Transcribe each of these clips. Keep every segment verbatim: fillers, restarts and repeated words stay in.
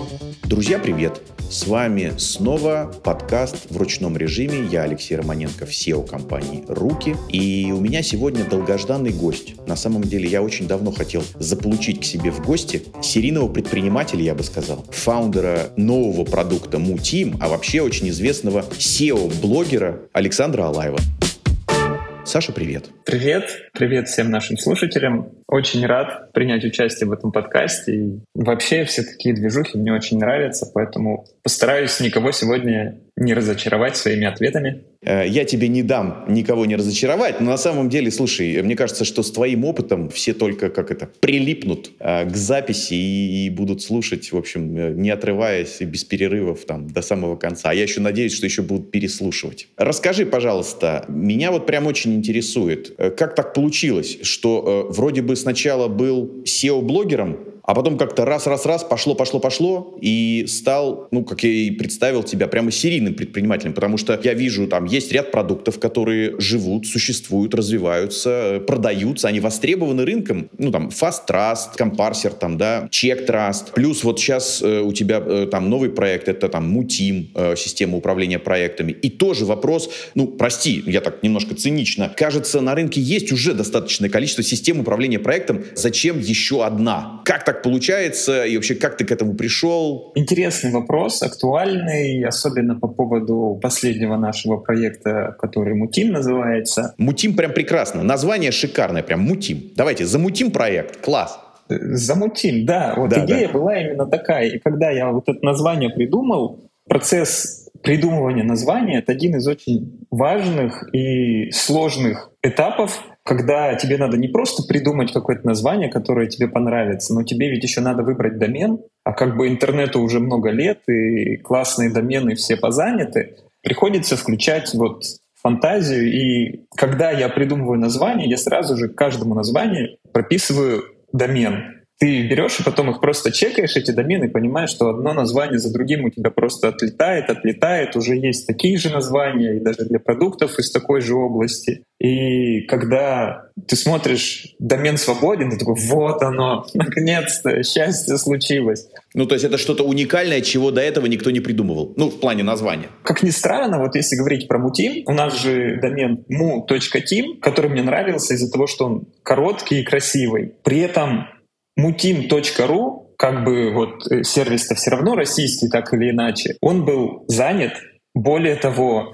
Друзья, привет! С вами снова подкаст в ручном режиме. Я Алексей Романенков, сео компании «Руки». И у меня сегодня долгожданный гость. На самом деле, я очень давно хотел заполучить к себе в гости серийного предпринимателя, я бы сказал, фаундера нового продукта MooTeam, а вообще очень известного сео-блогера Александра Алаева. Саша, привет. Привет. Привет всем нашим слушателям. Очень рад принять участие в этом подкасте. И вообще все такие движухи мне очень нравятся, поэтому постараюсь никого сегодня не разочаровать своими ответами. Я тебе не дам никого не разочаровать, но на самом деле, слушай, мне кажется, что с твоим опытом все только как это прилипнут к записи и, и будут слушать, в общем, не отрываясь и без перерывов там до самого конца. А я еще надеюсь, что еще будут переслушивать. Расскажи, пожалуйста, меня вот прям очень интересует, как так получилось, что э, вроде бы сначала был сео-блогером, а потом как-то раз-раз-раз пошло-пошло-пошло и стал, ну, как я и представил тебя, прямо серийным предпринимателем, потому что я вижу, там есть ряд продуктов, которые живут, существуют, развиваются, продаются, они востребованы рынком, ну, там, Fast Trust, Comparser, там, да, Check Trust, плюс вот сейчас э, у тебя э, там новый проект, это там MooTeam, э, система управления проектами, и тоже вопрос, ну, прости, я так немножко цинично, кажется, на рынке есть уже достаточное количество систем управления проектом, зачем еще одна? Как так получается, и вообще как ты к этому пришел? Интересный вопрос, актуальный, особенно по поводу последнего нашего проекта, который MooTeam называется. MooTeam прям прекрасно, название шикарное, прям MooTeam. Давайте, замутим проект, класс. Замутим, да, вот да, идея да. была именно такая. И когда я вот это название придумал, процесс придумывания названия — это один из очень важных и сложных этапов, когда тебе надо не просто придумать какое-то название, которое тебе понравится, но тебе ведь еще надо выбрать домен, а как бы интернету уже много лет, и классные домены все позаняты, приходится включать вот фантазию. И когда я придумываю название, я сразу же к каждому названию прописываю домен. Ты берешь и потом их просто чекаешь, эти домены, и понимаешь, что одно название за другим у тебя просто отлетает, отлетает. Уже есть такие же названия, и даже для продуктов из такой же области. И когда ты смотришь, домен свободен, ты такой: вот оно, наконец-то, счастье случилось. Ну, то есть это что-то уникальное, чего до этого никто не придумывал. Ну, в плане названия. Как ни странно, вот если говорить про MooTeam, у нас же домен moo точка team, который мне нравился из-за того, что он короткий и красивый. При этом mooteam точка ру, как бы вот сервис-то все равно российский, так или иначе, он был занят. Более того,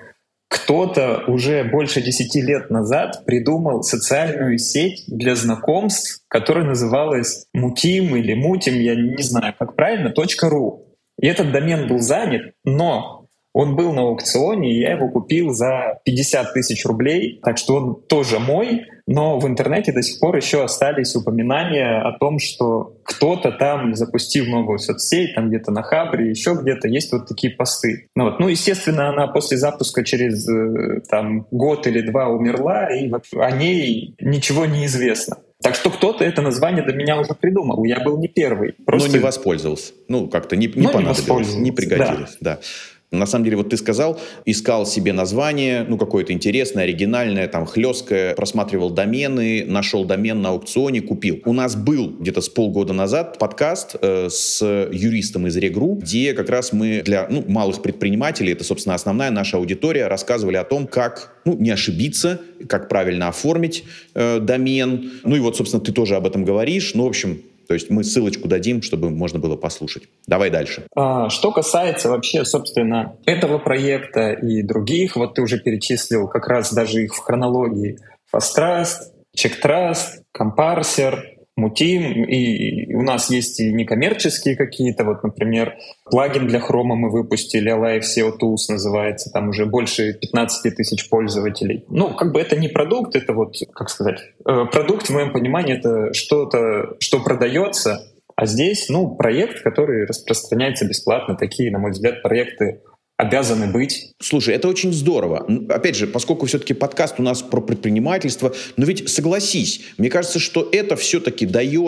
кто-то уже больше десяти лет назад придумал социальную сеть для знакомств, которая называлась MooTeam или MooTeam, я не знаю, как правильно, .ру. И этот домен был занят, но он был на аукционе, и я его купил за пятьдесят тысяч рублей, так что он тоже мой, но в интернете до сих пор еще остались упоминания о том, что кто-то там запустил новую соцсеть, там где-то на Хабре, еще где-то есть вот такие посты. Ну, вот. ну естественно, она после запуска через там, год или два умерла, и о ней ничего не известно. Так что кто-то это название до меня уже придумал. Я был не первый. Просто... Но не воспользовался. Ну, как-то не, не понадобилось, не, не пригодилось. Да. Да. На самом деле, вот ты сказал, искал себе название, ну, какое-то интересное, оригинальное, там, хлесткое, просматривал домены, нашел домен на аукционе, купил. У нас был где-то с полгода назад подкаст э, с юристом из Регру, где как раз мы для ну, малых предпринимателей, это, собственно, основная наша аудитория, рассказывали о том, как ну, не ошибиться, как правильно оформить э, домен. Ну и вот, собственно, ты тоже об этом говоришь. Ну, в общем... То есть мы ссылочку дадим, чтобы можно было послушать. Давай дальше. А, что касается вообще, собственно, этого проекта и других, вот ты уже перечислил как раз даже их в хронологии. Fast Trust, Check Trust, Comparser, MooTeam, и у нас есть и некоммерческие какие-то, вот, например, плагин для Chrome мы выпустили, Alive сео Tools называется, там уже больше пятнадцать тысяч пользователей. Ну, как бы это не продукт, это вот, как сказать, продукт, в моем понимании, это что-то, что продается, а здесь, ну, проект, который распространяется бесплатно. Такие, на мой взгляд, проекты обязаны быть. Слушай, это очень здорово. Опять же, поскольку все-таки подкаст у нас про предпринимательство, но ведь согласись, мне кажется, что это все-таки дает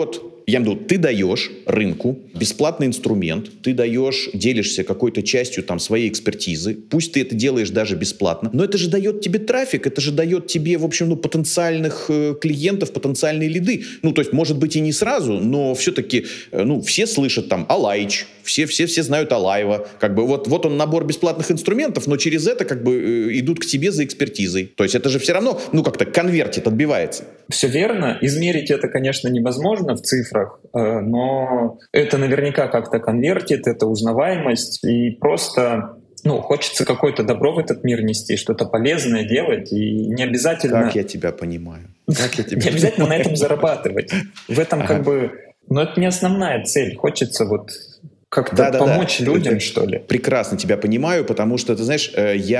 Я имею в виду, ты даешь рынку бесплатный инструмент, ты даешь, делишься какой-то частью там своей экспертизы, пусть ты это делаешь даже бесплатно, но это же дает тебе трафик, это же дает тебе, в общем, ну, потенциальных э, клиентов, потенциальные лиды. Ну, то есть, может быть, и не сразу, но все-таки, э, ну, все слышат там Алайч, все, все, все знают Алаева, как бы вот, вот он набор бесплатных инструментов, но через это как бы э, идут к тебе за экспертизой. То есть это же все равно, ну, как-то конвертит, отбивается. Все верно. Измерить это, конечно, невозможно в цифрах, э, но это наверняка как-то конвертит, это узнаваемость, и просто, ну, хочется какое-то добро в этот мир нести, что-то полезное делать, и не обязательно... Как я тебя понимаю. Как я тебя не обязательно на этом зарабатывать. В этом как бы... Но это не основная цель. Хочется вот... как-то да, да, помочь да. людям, это что ли? Прекрасно тебя понимаю, потому что, ты знаешь,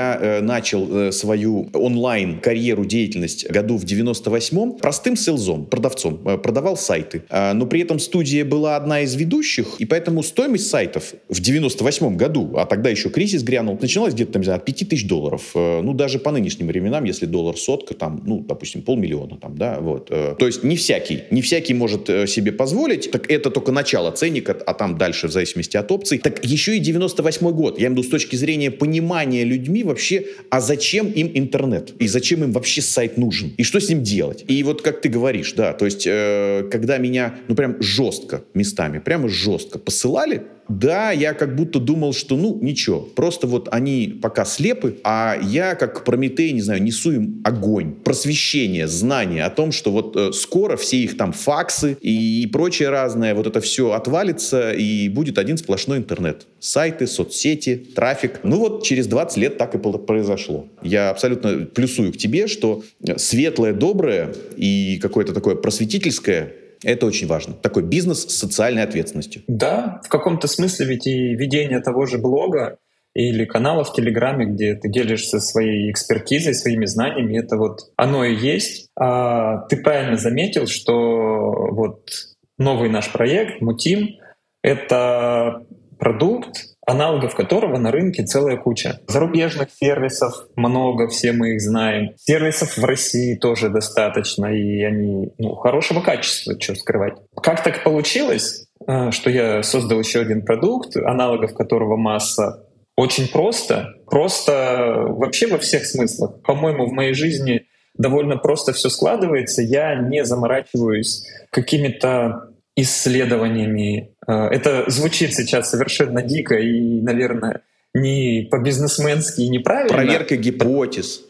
я начал свою онлайн-карьеру, деятельность году в девяносто восьмом простым селзом, продавцом, продавал сайты. Но при этом студия была одна из ведущих, и поэтому стоимость сайтов в девяносто восьмом году, а тогда еще кризис грянул, начиналась где-то там, от пяти тысяч долларов. Ну, даже по нынешним временам, если доллар сотка, там, ну, допустим, полмиллиона, там, да, вот. То есть не всякий, не всякий может себе позволить, так это только начало ценника, а там дальше в зависимости от опций. Так еще и девяносто восьмой год. Я имею в виду с точки зрения понимания людьми вообще, а зачем им интернет? И зачем им вообще сайт нужен? И что с ним делать? И вот как ты говоришь, да, то есть, э, когда меня, ну, прям жестко местами, прямо жестко посылали, да, я как будто думал, что, ну, ничего, просто вот они пока слепы, а я, как Прометей, не знаю, несу им огонь, просвещение, знание о том, что вот э, скоро все их там факсы и, и прочее разное, вот это все отвалится, и будет один сплошной интернет. Сайты, соцсети, трафик. Ну вот через двадцать лет так и произошло. Я абсолютно плюсую к тебе, что светлое, доброе и какое-то такое просветительское — это очень важно. Такой бизнес с социальной ответственностью. Да, в каком-то смысле ведь и ведение того же блога или канала в Телеграме, где ты делишься своей экспертизой, своими знаниями, это вот оно и есть. А ты правильно заметил, что вот новый наш проект «Мутим» — это продукт, аналогов которого на рынке целая куча. Зарубежных сервисов много, все мы их знаем. Сервисов в России тоже достаточно, и они, ну, хорошего качества, что скрывать. Как так получилось, что я создал еще один продукт, аналогов которого масса? Очень просто. Просто вообще во всех смыслах. По-моему, в моей жизни довольно просто все складывается. Я не заморачиваюсь какими-то исследованиями. Это звучит сейчас совершенно дико и, наверное, не по-бизнесменски и неправильно. Проверка гипотез.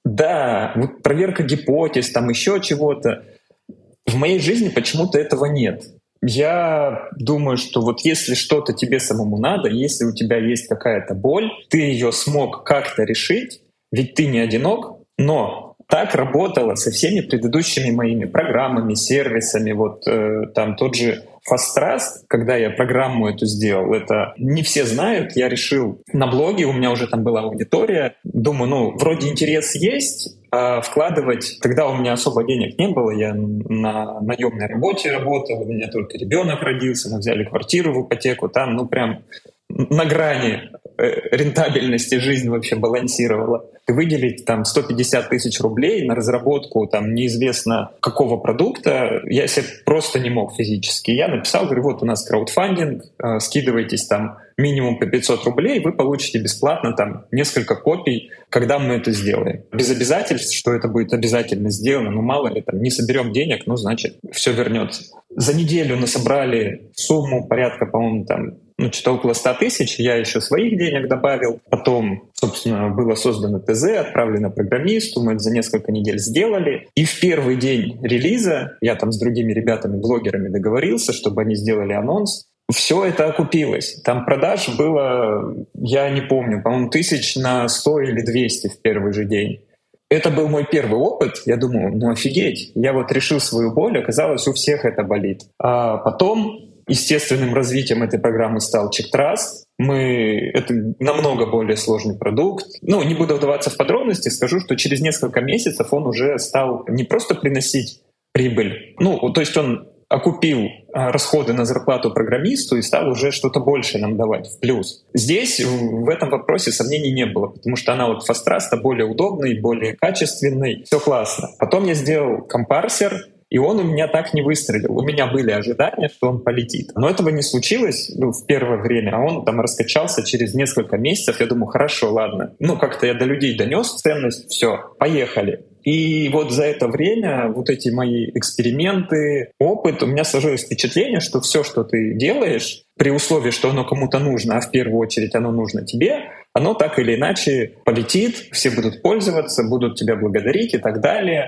Да, вот проверка гипотез, там еще чего-то. В моей жизни почему-то этого нет. Я думаю, что вот если что-то тебе самому надо, если у тебя есть какая-то боль, ты ее смог как-то решить, ведь ты не одинок, но так работало со всеми предыдущими моими программами, сервисами. Вот э, там тот же Fast Trust, когда я программу эту сделал, это не все знают, я решил на блоге, у меня уже там была аудитория, думаю, ну, вроде интерес есть, а вкладывать, тогда у меня особо денег не было, я на наемной работе работал, у меня только ребенок родился, мы взяли квартиру в ипотеку, там, ну, прям на грани рентабельности жизнь вообще балансировала. Выделить там сто пятьдесят тысяч рублей на разработку там неизвестно какого продукта я себе просто не мог физически. Я написал, говорю, вот у нас краудфандинг, скидывайтесь там минимум по пятьсот рублей, вы получите бесплатно там несколько копий, когда мы это сделаем. Без обязательств, что это будет обязательно сделано, ну мало ли, там не соберем денег, ну значит все вернется. За неделю насобрали сумму порядка, по-моему, там ну, что-то около ста тысяч, я еще своих денег добавил. Потом, собственно, было создано ТЗ, отправлено программисту, мы это за несколько недель сделали. И в первый день релиза я там с другими ребятами, блогерами договорился, чтобы они сделали анонс. Все это окупилось. Там продаж было, я не помню, по-моему, тысяч на сто или двести в первый же день. Это был мой первый опыт. Я думаю, ну офигеть. Я вот решил свою боль, оказалось, у всех это болит. А потом естественным развитием этой программы стал CheckTrust. Мы, это намного более сложный продукт. Ну, не буду вдаваться в подробности, скажу, что через несколько месяцев он уже стал не просто приносить прибыль, ну, то есть он окупил расходы на зарплату программисту и стал уже что-то большее нам давать в плюс. Здесь в этом вопросе сомнений не было, потому что аналог Fast Trust более удобный, более качественный, все классно. Потом я сделал компарсер, И он у меня так не выстрелил. У меня были ожидания, что он полетит. Но этого не случилось ну, в первое время, а он там раскачался через несколько месяцев. Я думаю, хорошо, ладно. Ну, как-то я до людей донес ценность, все, поехали. И вот за это время вот эти мои эксперименты, опыт, у меня сложилось впечатление, что все, что ты делаешь, при условии, что оно кому-то нужно, а в первую очередь оно нужно тебе, оно так или иначе полетит, все будут пользоваться, будут тебя благодарить и так далее.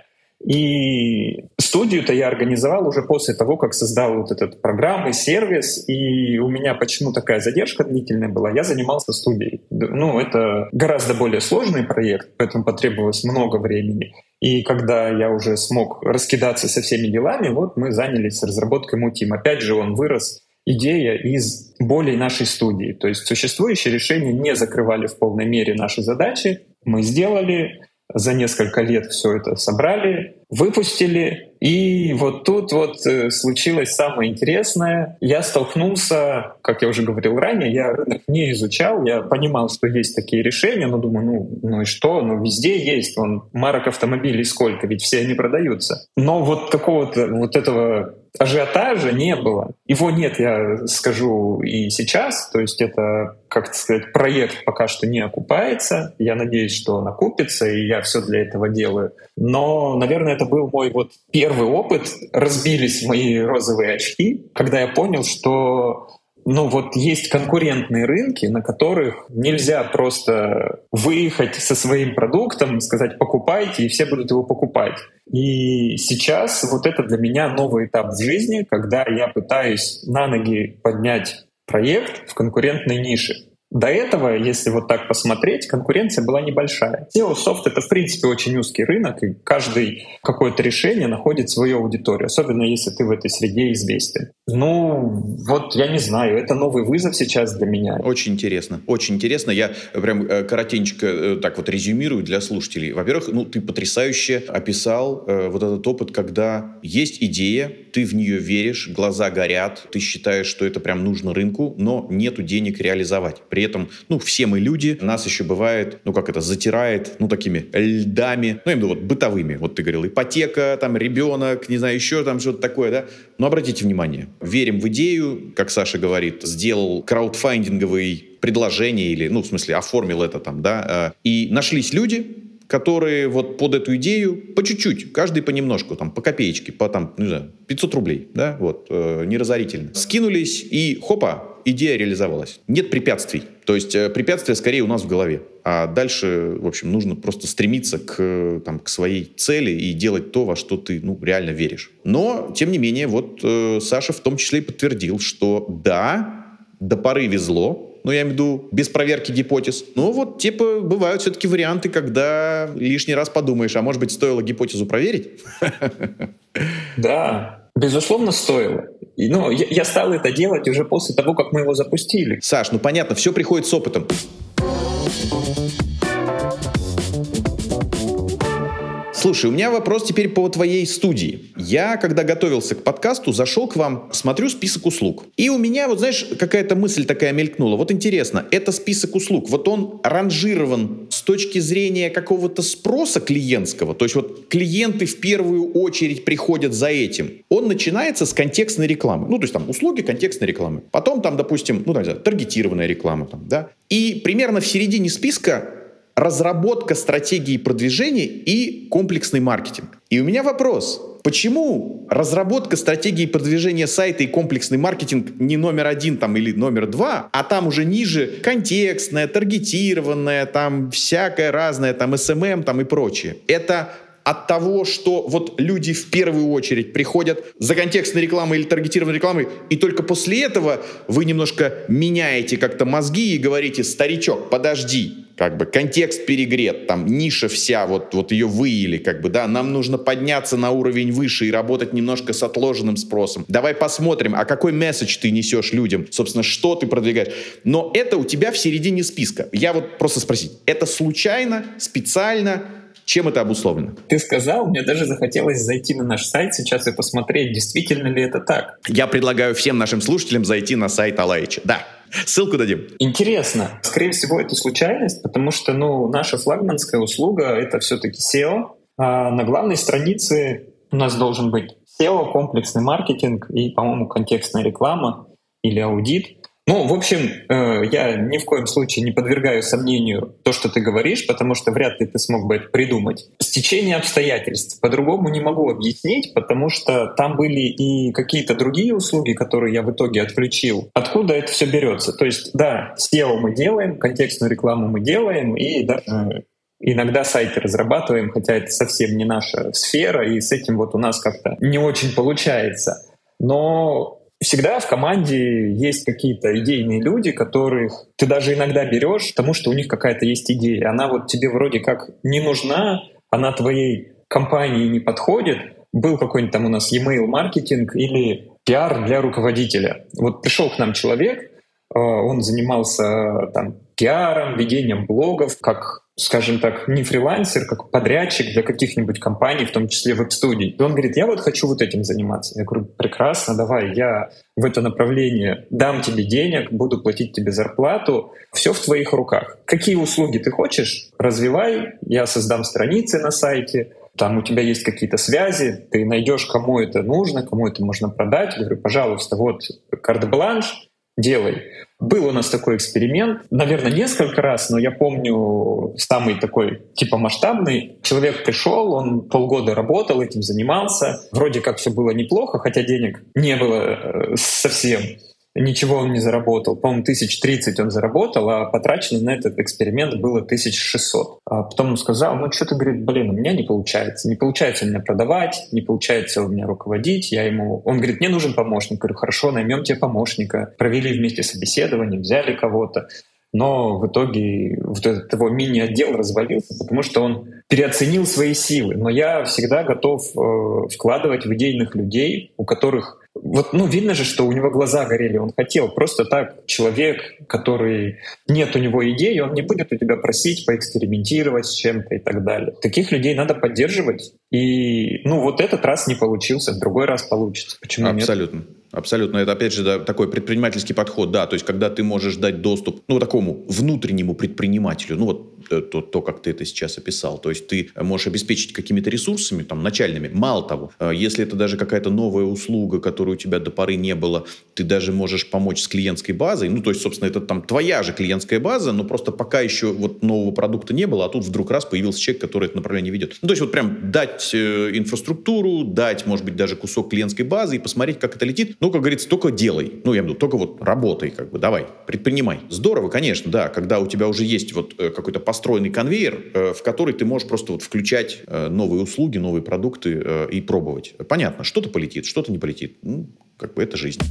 И студию-то я организовал уже после того, как создал вот этот программный сервис, и у меня почему такая задержка длительная была, я занимался студией. Ну, это гораздо более сложный проект, поэтому потребовалось много времени. И когда я уже смог раскидаться со всеми делами, вот мы занялись разработкой MooTeam. Опять же, он вырос, идея из болей нашей студии. То есть существующие решения не закрывали в полной мере наши задачи. Мы сделали, за несколько лет все это собрали, выпустили. И вот тут вот случилось самое интересное. Я столкнулся, как я уже говорил ранее, я рынок не изучал, я понимал, что есть такие решения, но думаю, ну, ну и что, ну везде есть, вон, марок автомобилей сколько, ведь все они продаются. Но вот какого-то вот этого ажиотажа не было. Его нет, я скажу, и сейчас. То есть это, как сказать, проект пока что не окупается. Я надеюсь, что он окупится, и я все для этого делаю. Но, наверное, это был мой вот первый опыт. Разбились мои розовые очки, когда я понял, что ну вот есть конкурентные рынки, на которых нельзя просто выехать со своим продуктом, сказать «покупайте», и все будут его покупать. И сейчас вот это для меня новый этап в жизни, когда я пытаюсь на ноги поднять проект в конкурентной нише. До этого, если вот так посмотреть, конкуренция была небольшая. эс и о-софт — это, в принципе, очень узкий рынок, и каждый какое-то решение находит свою аудиторию, особенно если ты в этой среде известен. Ну, вот я не знаю, это новый вызов сейчас для меня. Очень интересно, очень интересно. Я прям коротенько так вот резюмирую для слушателей. Во-первых, ну, ты потрясающе описал э, вот этот опыт, когда есть идея, ты в нее веришь, глаза горят, ты считаешь, что это прям нужно рынку, но нету денег реализовать. При этом, ну, все мы люди, нас еще бывает, ну, как это, затирает, ну, такими льдами, ну, именно вот бытовыми. Вот ты говорил, ипотека, там, ребенок, не знаю, еще там что-то такое, да? Но обратите внимание, верим в идею, как Саша говорит, сделал краудфандинговое предложение или, ну, в смысле, оформил это там, да, и нашлись люди, которые вот под эту идею по чуть-чуть, каждый понемножку, там, по копеечке, по там, не знаю, пятьсот рублей, да, вот, э, неразорительно. Скинулись, и хопа, идея реализовалась. Нет препятствий. То есть э, препятствия скорее у нас в голове. А дальше, в общем, нужно просто стремиться к, там, к своей цели и делать то, во что ты, ну, реально веришь. Но, тем не менее, вот э, Саша в том числе и подтвердил, что да, до поры везло, ну, я имею в виду, без проверки гипотез. Но вот, типа, бывают все-таки варианты, когда лишний раз подумаешь, а может быть, стоило гипотезу проверить? Да, безусловно, стоило. И, ну, я, я стал это делать уже после того, как мы его запустили. Саш, ну понятно, все приходит с опытом. Слушай, у меня вопрос теперь по твоей студии. Я, когда готовился к подкасту, зашел к вам, смотрю список услуг. И у меня, вот знаешь, какая-то мысль такая мелькнула. Вот интересно, это список услуг, вот он ранжирован с точки зрения какого-то спроса клиентского, то есть вот клиенты в первую очередь приходят за этим. Он начинается с контекстной рекламы. Ну, то есть там услуги контекстной рекламы. Потом там, допустим, ну, там, не знаю, таргетированная реклама. Там, да? И примерно в середине списка разработка стратегии продвижения и комплексный маркетинг. И у меня вопрос. Почему разработка стратегии продвижения сайта и комплексный маркетинг не номер один там, или номер два, а там уже ниже контекстная, таргетированная, там всякое разное, там эс эм эм там и прочее? Это от того, что вот люди в первую очередь приходят за контекстной рекламой или таргетированной рекламой, и только после этого вы немножко меняете как-то мозги и говорите: старичок, подожди, как бы контекст перегрет, там ниша вся, вот, вот ее выели, как бы, да, нам нужно подняться на уровень выше и работать немножко с отложенным спросом. Давай посмотрим, а какой месседж ты несешь людям, собственно, что ты продвигаешь. Но это у тебя в середине списка. Я вот просто спросить, это случайно, специально? Чем это обусловлено? Ты сказал, мне даже захотелось зайти на наш сайт сейчас и посмотреть, действительно ли это так. Я предлагаю всем нашим слушателям зайти на сайт Алайча. Да, ссылку дадим. Интересно. Скорее всего, это случайность, потому что, ну, наша флагманская услуга — это все-таки эс и о, а на главной странице у нас должен быть сео, комплексный маркетинг и, по-моему, контекстная реклама или аудит. Ну, в общем, я ни в коем случае не подвергаю сомнению то, что ты говоришь, потому что вряд ли ты смог бы это придумать. Стечение обстоятельств по-другому не могу объяснить, потому что там были и какие-то другие услуги, которые я в итоге отключил. Откуда это все берется? То есть, да, сео мы делаем, контекстную рекламу мы делаем, и даже иногда сайты разрабатываем, хотя это совсем не наша сфера, и с этим вот у нас как-то не очень получается. Но всегда в команде есть какие-то идейные люди, которых ты даже иногда берешь, потому что у них какая-то есть идея. Она вот тебе вроде как не нужна, она твоей компании не подходит. Был какой-нибудь там у нас e-mail маркетинг или пиар для руководителя. Вот пришел к нам человек, он занимался там пиаром, ведением блогов, как, скажем так, не фрилансер, как подрядчик для каких-нибудь компаний, в том числе веб-студий. И он говорит, я вот хочу вот этим заниматься. Я говорю, прекрасно, давай, я в это направление дам тебе денег, буду платить тебе зарплату, все в твоих руках. Какие услуги ты хочешь, развивай, я создам страницы на сайте, там у тебя есть какие-то связи, ты найдешь, кому это нужно, кому это можно продать. Я говорю, пожалуйста, вот карт-бланш, делай. Был у нас такой эксперимент, наверное, несколько раз, но я помню самый такой типа масштабный. Человек пришел, он полгода работал, этим занимался. Вроде как все было неплохо, хотя денег не было совсем. Ничего он не заработал. По-моему, тысяч тридцать он заработал, а потрачено на этот эксперимент было тысяч шестьсот. А потом он сказал, ну что-то, говорит, блин, у меня не получается. Не получается у меня продавать, не получается у меня руководить. Я ему... Он говорит, мне нужен помощник. Я говорю, хорошо, наймем тебе помощника. Провели вместе собеседование, взяли кого-то. Но в итоге вот этот его мини-отдел развалился, потому что он переоценил свои силы. Но я всегда готов э, вкладывать в идейных людей, у которых... Вот, ну, видно же, что у него глаза горели. Он хотел просто так. Человек, который... Нет у него идеи, он не будет у тебя просить поэкспериментировать с чем-то и так далее. Таких людей надо поддерживать. И, ну, вот этот раз не получился, в другой раз получится. Почему нет? Абсолютно. Абсолютно. Это, опять же, да, такой предпринимательский подход, да, то есть, когда ты можешь дать доступ, ну, такому внутреннему предпринимателю, ну, вот то, то, как ты это сейчас описал, то есть, ты можешь обеспечить какими-то ресурсами, там, начальными. Мало того, если это даже какая-то новая услуга, которой у тебя до поры не было, ты даже можешь помочь с клиентской базой, ну, то есть, собственно, это там твоя же клиентская база, но просто пока еще вот нового продукта не было, а тут вдруг раз появился человек, который это направление ведет. Ну, то есть, вот прям дать э, инфраструктуру, дать, может быть, даже кусок клиентской базы и посмотреть, как это летит. Ну, как говорится, только делай. Ну, я имею в виду, только вот работай, как бы, давай, предпринимай. Здорово, конечно, да, когда у тебя уже есть вот э, какой-то построенный конвейер, э, в который ты можешь просто вот включать э, новые услуги, новые продукты э, и пробовать. Понятно, что-то полетит, что-то не полетит. Ну, как бы это жизнь.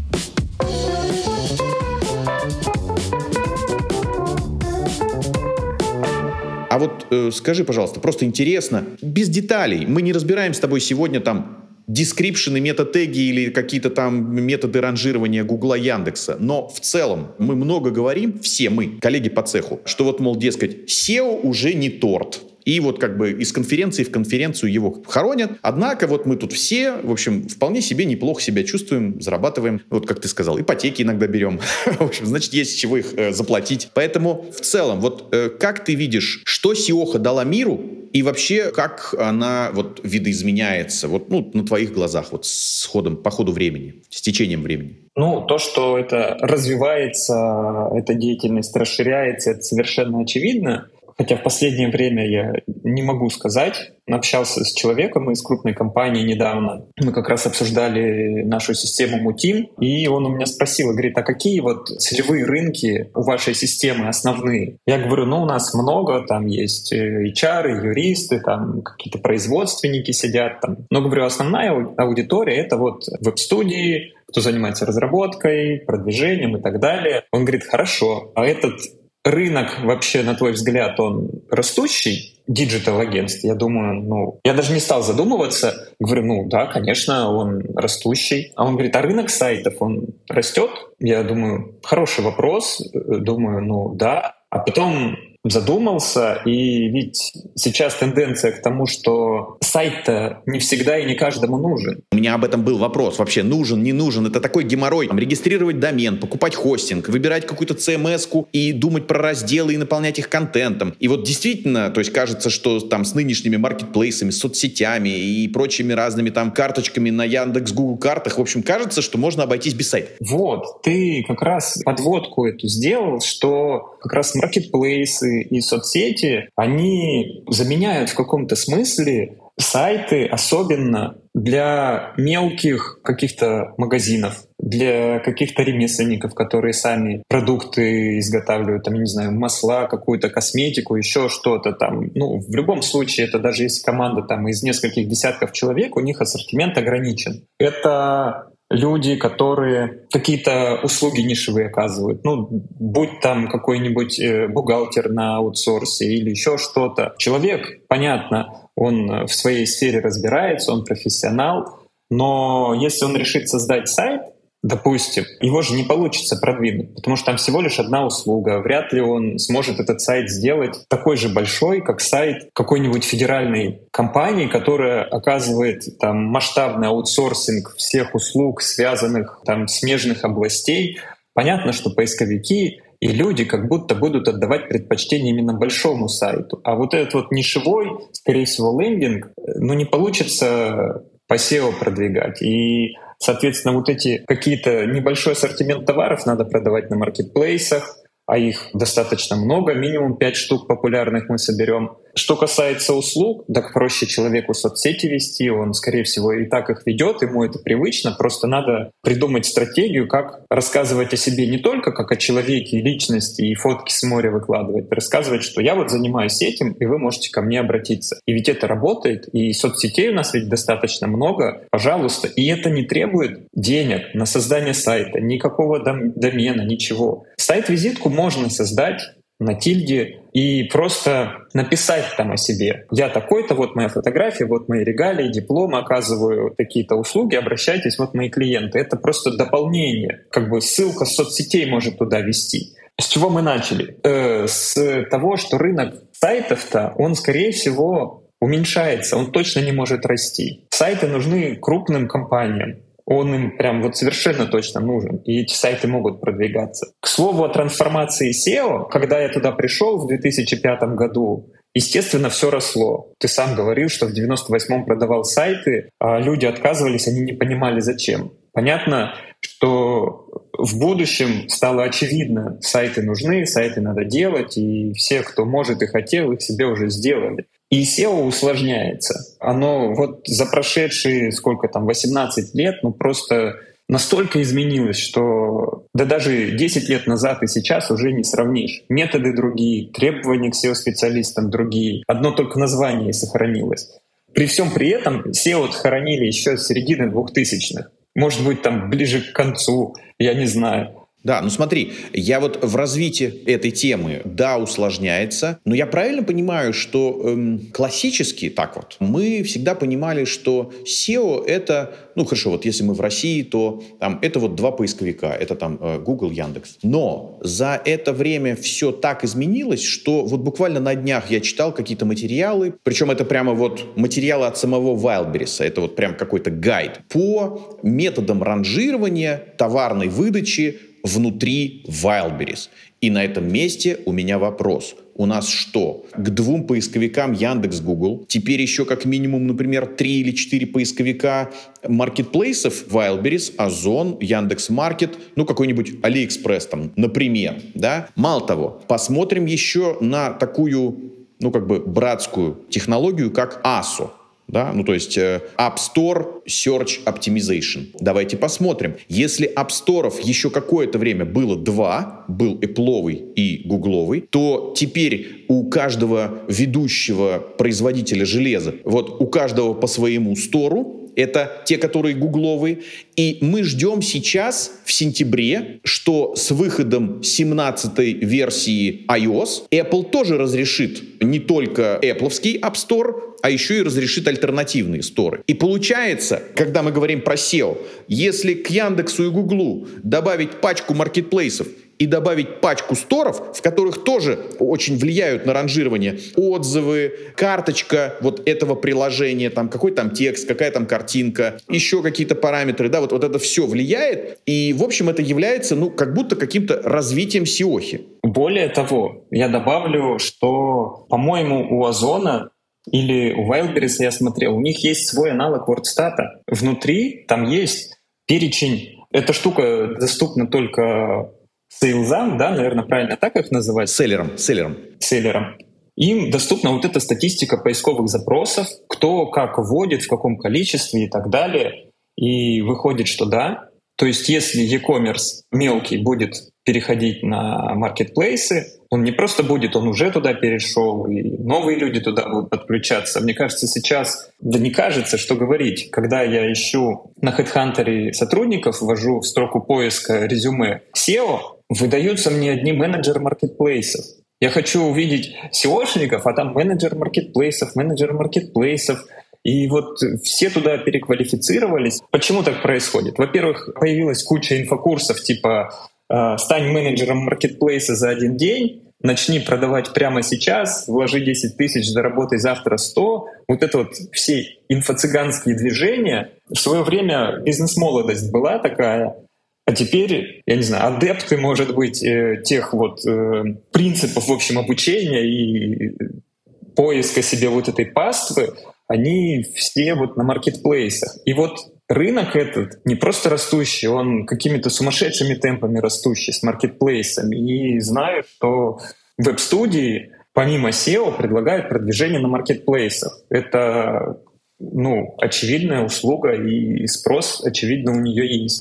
А вот э, скажи, пожалуйста, просто интересно, без деталей, мы не разбираем с тобой сегодня там дескрипшены, мета-теги или какие-то там методы ранжирования Гугла, Яндекса. Но в целом мы много говорим, все мы, коллеги по цеху, что вот, мол, дескать, сео уже не торт. И вот как бы из конференции в конференцию его хоронят. Однако вот мы тут все, в общем, вполне себе неплохо себя чувствуем, зарабатываем. Вот как ты сказал, ипотеки иногда берем. В общем, значит, есть с чего их э, заплатить. Поэтому в целом, вот э, как ты видишь, что сеоха дала миру и вообще как она вот видоизменяется вот, ну, на твоих глазах вот с ходом, по ходу времени, с течением времени? Ну, то, что это развивается, эта деятельность расширяется, это совершенно очевидно. Хотя в последнее время я не могу сказать. Общался с человеком из крупной компании недавно. Мы как раз обсуждали нашу систему Мутим, и он у меня спросил, говорит, а какие вот целевые рынки у вашей системы основные? Я говорю, ну у нас много, там есть эйч ар, юристы, там какие-то производственники сидят. Там. Но, говорю, основная аудитория — это вот веб-студии, кто занимается разработкой, продвижением и так далее. Он говорит, хорошо, а этот рынок вообще, на твой взгляд, он растущий, диджитал-агентств? Я думаю, ну... Я даже не стал задумываться. Говорю, ну да, конечно, он растущий. А он говорит, а рынок сайтов, он растет? Я думаю, хороший вопрос. Думаю, ну да. А потом задумался, и ведь сейчас тенденция к тому, что сайт-то не всегда и не каждому нужен. У меня об этом был вопрос. Вообще нужен, не нужен? Это такой геморрой. Там, регистрировать домен, покупать хостинг, выбирать какую-то си эм эс-ку и думать про разделы и наполнять их контентом. И вот действительно, то есть кажется, что там с нынешними маркетплейсами, соцсетями и прочими разными там карточками на Яндекс, Google картах, в общем, кажется, что можно обойтись без сайта. Вот, ты как раз подводку эту сделал, что как раз маркетплейсы и соцсети, они заменяют в каком-то смысле сайты, особенно для мелких каких-то магазинов, для каких-то ремесленников, которые сами продукты изготавливают, там, я не знаю, масла, какую-то косметику, еще что-то там. Ну, в любом случае, это даже если команда там из нескольких десятков человек, у них ассортимент ограничен. Это люди, которые какие-то услуги нишевые оказывают. Ну, будь там какой-нибудь э, бухгалтер на аутсорсе или еще что-то. Человек, понятно, он в своей сфере разбирается, он профессионал, но если он решит создать сайт, допустим, его же не получится продвинуть, потому что там всего лишь одна услуга. Вряд ли он сможет этот сайт сделать такой же большой, как сайт какой-нибудь федеральной компании, которая оказывает там масштабный аутсорсинг всех услуг, связанных там смежных областей. Понятно, что поисковики и люди как будто будут отдавать предпочтение именно большому сайту. А вот этот вот нишевой, скорее всего, лендинг, ну не получится по сео продвигать. И соответственно, вот эти какие-то небольшой ассортимент товаров надо продавать на маркетплейсах, а их достаточно много, минимум пять штук популярных мы соберем. Что касается услуг, так проще человеку соцсети вести, он, скорее всего, и так их ведет, ему это привычно, просто надо придумать стратегию, как рассказывать о себе не только как о человеке и личности, и фотки с моря выкладывать, рассказывать, что я вот занимаюсь этим, и вы можете ко мне обратиться. И ведь это работает, и соцсетей у нас ведь достаточно много, пожалуйста, и это не требует денег на создание сайта, никакого дом- домена, ничего. Сайт-визитку можно создать на тильде и просто написать там о себе. Я такой-то, вот моя фотография, вот мои регалии, дипломы, оказываю такие-то услуги, обращайтесь, вот мои клиенты. Это просто дополнение, как бы ссылка с соцсетей может туда вести. С чего мы начали? Э, с того, что рынок сайтов-то, он, скорее всего, уменьшается, он точно не может расти. Сайты нужны крупным компаниям. Он им прям вот совершенно точно нужен, и эти сайты могут продвигаться. К слову о трансформации сео, когда я туда пришел в две тысячи пятом году, естественно, все росло. Ты сам говорил, что в девяносто восьмом продавал сайты, а люди отказывались, они не понимали зачем. Понятно, что в будущем стало очевидно, сайты нужны, сайты надо делать, и все, кто может и хотел, их себе уже сделали. И сео усложняется. Оно вот за прошедшие, сколько там, восемнадцать лет, ну просто настолько изменилось, что да даже десять лет назад и сейчас уже не сравнишь. Методы другие, требования к сео-специалистам другие. Одно только название сохранилось. При всем при этом сео хоронили еще с середины двухтысячных. Может быть, там ближе к концу, я не знаю. Да, ну смотри, я вот в развитии этой темы, да, усложняется, но я правильно понимаю, что эм, классически так вот, мы всегда понимали, что сео это, ну хорошо, вот если мы в России, то там это вот два поисковика, это там э, Google, Яндекс. Но за это время все так изменилось, что вот буквально на днях я читал какие-то материалы, причем это прямо вот материалы от самого Wildberries, это вот прям какой-то гайд по методам ранжирования товарной выдачи внутри Wildberries. И на этом месте у меня вопрос. У нас что? К двум поисковикам Яндекс, Google, теперь еще как минимум, например, три или четыре поисковика маркетплейсов Wildberries, Озон, Яндекс.Маркет, ну какой-нибудь Алиэкспресс там, например, да? Мало того, посмотрим еще на такую, ну как бы братскую технологию, как асо. Да? Ну, то есть э, App Store Search Optimization. Давайте посмотрим. Если App Store'ов еще какое-то время было два, был Apple'овый и Google'овый, то теперь у каждого ведущего производителя железа, вот у каждого по своему стору, это те, которые гугловые. И мы ждем сейчас, в сентябре, что с выходом семнадцатой версии iOS Apple тоже разрешит не только Apple'овский App Store, а еще и разрешит альтернативные сторы. И получается, когда мы говорим про сео, если к Яндексу и Гуглу добавить пачку маркетплейсов и добавить пачку сторов, в которых тоже очень влияют на ранжирование отзывы, карточка вот этого приложения, там какой там текст, какая там картинка, еще какие-то параметры, да, вот, вот это все влияет, и, в общем, это является, ну, как будто каким-то развитием сеохи. Более того, я добавлю, что, по-моему, у Озона или у Wildberries, я смотрел, у них есть свой аналог WordStat. Внутри там есть перечень. Эта штука доступна только сейлзам, да, наверное, правильно так их называть? Селлерам, селлерам. Селлерам. Им доступна вот эта статистика поисковых запросов, кто как вводит, в каком количестве и так далее. И выходит, что да. То есть если e-commerce мелкий будет переходить на маркетплейсы, он не просто будет, он уже туда перешел, и новые люди туда будут подключаться. Мне кажется, сейчас, да не кажется, что говорить, когда я ищу на HeadHunter сотрудников, ввожу в строку поиска резюме сео, выдаются мне одни менеджеры маркетплейсов. Я хочу увидеть сеошников, а там менеджер маркетплейсов, менеджер маркетплейсов. И вот все туда переквалифицировались. Почему так происходит? Во-первых, появилась куча инфокурсов типа «Стань менеджером маркетплейса за один день», «Начни продавать прямо сейчас», «Вложи десять тысяч, заработай завтра сто». Вот это вот все инфо-цыганские движения. В свое время бизнес-молодость была такая, а теперь, я не знаю, адепты, может быть, тех вот принципов, в общем, обучения и поиска себе вот этой паствы, они все вот на маркетплейсах. И вот рынок этот не просто растущий, он какими-то сумасшедшими темпами растущий с маркетплейсами. И знаю, что веб-студии помимо сео предлагают продвижение на маркетплейсах. Это, ну, очевидная услуга, и спрос, очевидно, у нее есть.